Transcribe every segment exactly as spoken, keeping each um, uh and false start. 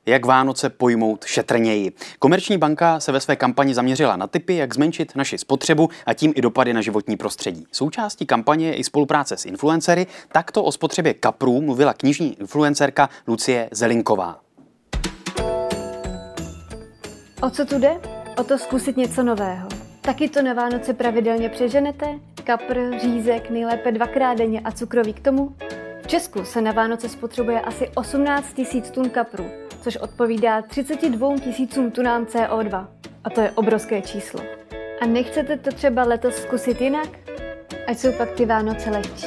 Jak Vánoce pojmout šetrněji. Komerční banka se ve své kampani zaměřila na tipy, jak zmenšit naši spotřebu a tím i dopady na životní prostředí. Součástí kampaně je i spolupráce s influencery. Takto o spotřebě kaprů mluvila knižní influencerka Lucie Zelinková. O co tu jde? O to zkusit něco nového. Taky to na Vánoce pravidelně přeženete? Kapr, řízek, nejlépe dvakrát denně a cukroví k tomu? V Česku se na Vánoce spotřebuje asi osmnáct tisíc tun kapru, což odpovídá třiceti dvěma tisícům tunám C O dva. A to je obrovské číslo. A nechcete to třeba letos zkusit jinak? Ať jsou pak ty Vánoce lehčí.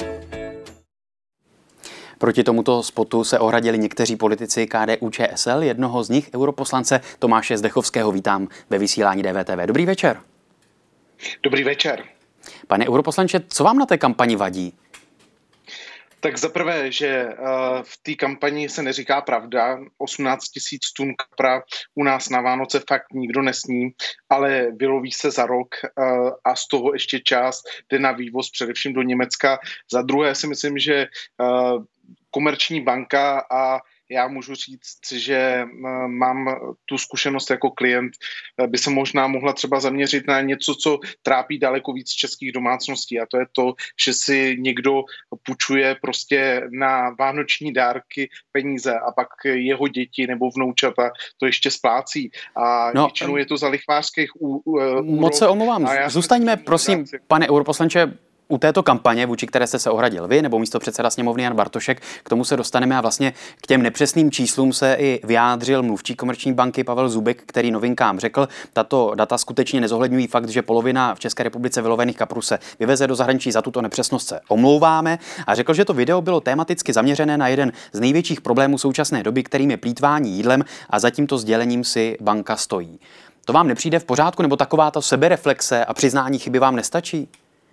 Proti tomuto spotu se ohradili někteří politici K D U Č S L, jednoho z nich europoslance Tomáše Zdechovského. Vítám ve vysílání D V T V. Dobrý večer. Dobrý večer. Pane europoslanče, co vám na té kampani vadí? Tak zaprvé, že v té kampani se neříká pravda. osmnáct tisíc tun kapra u nás na Vánoce fakt nikdo nesní, ale vyloví se za rok a z toho ještě část jde na vývoz především do Německa. Za druhé si myslím, že Komerční banka, a já můžu říct, že mám tu zkušenost jako klient, by se možná mohla třeba zaměřit na něco, co trápí daleko víc českých domácností, a to je to, že si někdo půjčuje prostě na vánoční dárky peníze a pak jeho děti nebo vnoučata to ještě splácí. A no, většinou je to za lichvářských úrok. Moc se omlouvám. Zůstaňme, prosím, pane europoslanče, u této kampaně, vůči které jste se ohradil vy, nebo místopředseda sněmovny Jan Bartošek, k tomu se dostaneme a vlastně k těm nepřesným číslům se i vyjádřil mluvčí Komerční banky Pavel Zubek, který Novinkám řekl, tato data skutečně nezohledňují fakt, že polovina v České republice vylovených kaprů se vyveze do zahraničí, za tuto nepřesnost se omlouváme, a řekl, že to video bylo tematicky zaměřené na jeden z největších problémů současné doby, kterým je plýtvání jídlem, a za tímto sdělením si banka stojí. To vám nepřijde v pořádku, nebo taková ta sebereflexe a přiznání chyby vám nestačí?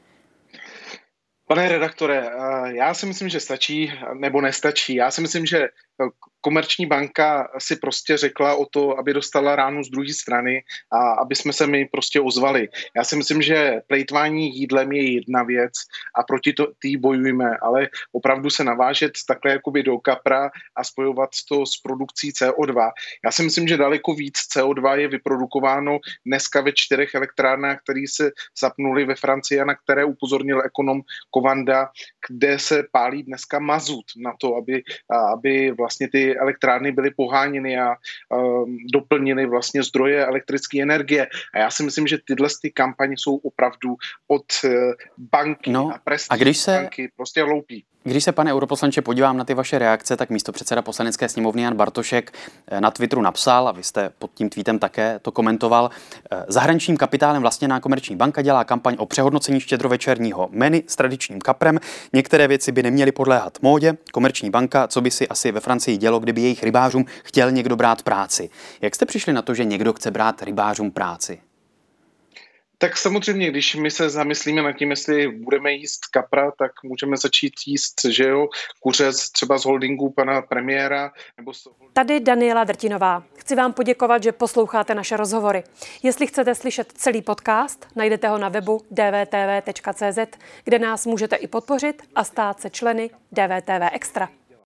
Pane redaktore, já si myslím, že stačí nebo nestačí. Já si myslím, že Komerční banka si prostě řekla o to, aby dostala ránu z druhé strany a aby jsme se my prostě ozvali. Já si myslím, že plejtvání jídlem je jedna věc a proti to tý bojujeme, ale opravdu se navážet takhle jakoby do kapra a spojovat to s produkcí C O dva. Já si myslím, že daleko víc C O dva je vyprodukováno dneska ve čtyřech elektrárnách, které se zapnuly ve Francii a na které upozornil ekonom Kovanda, kde se pálí dneska mazut na to, aby, aby vlastně ty elektrárny byly poháněny a um, doplněny vlastně zdroje elektrické energie. A já si myslím, že tyhle ty kampaně jsou opravdu od uh, banky no, a prestižní se... banky prostě hloupí. Když se, pane europoslanče, podívám na ty vaše reakce, tak místopředseda Poslanecké sněmovny Jan Bartošek na Twitteru napsal, a vy jste pod tím tweetem také to komentoval: zahraničním kapitálem vlastněná Komerční banka dělá kampaň o přehodnocení štědrovečerního menu s tradičním kaprem. Některé věci by neměly podléhat módě. Komerční banka, co by si asi ve Francii dělo, kdyby jejich rybářům chtěl někdo brát práci. Jak jste přišli na to, že někdo chce brát rybářům práci? Tak samozřejmě, když my se zamyslíme nad tím, jestli budeme jíst kapra, tak můžeme začít jíst, že jo, kuře třeba z holdingu pana premiéra. Nebo z... Tady Daniela Drtinová. Chci vám poděkovat, že posloucháte naše rozhovory. Jestli chcete slyšet celý podcast, najdete ho na webu d v t v tečka c z, kde nás můžete i podpořit a stát se členy D V T V Extra.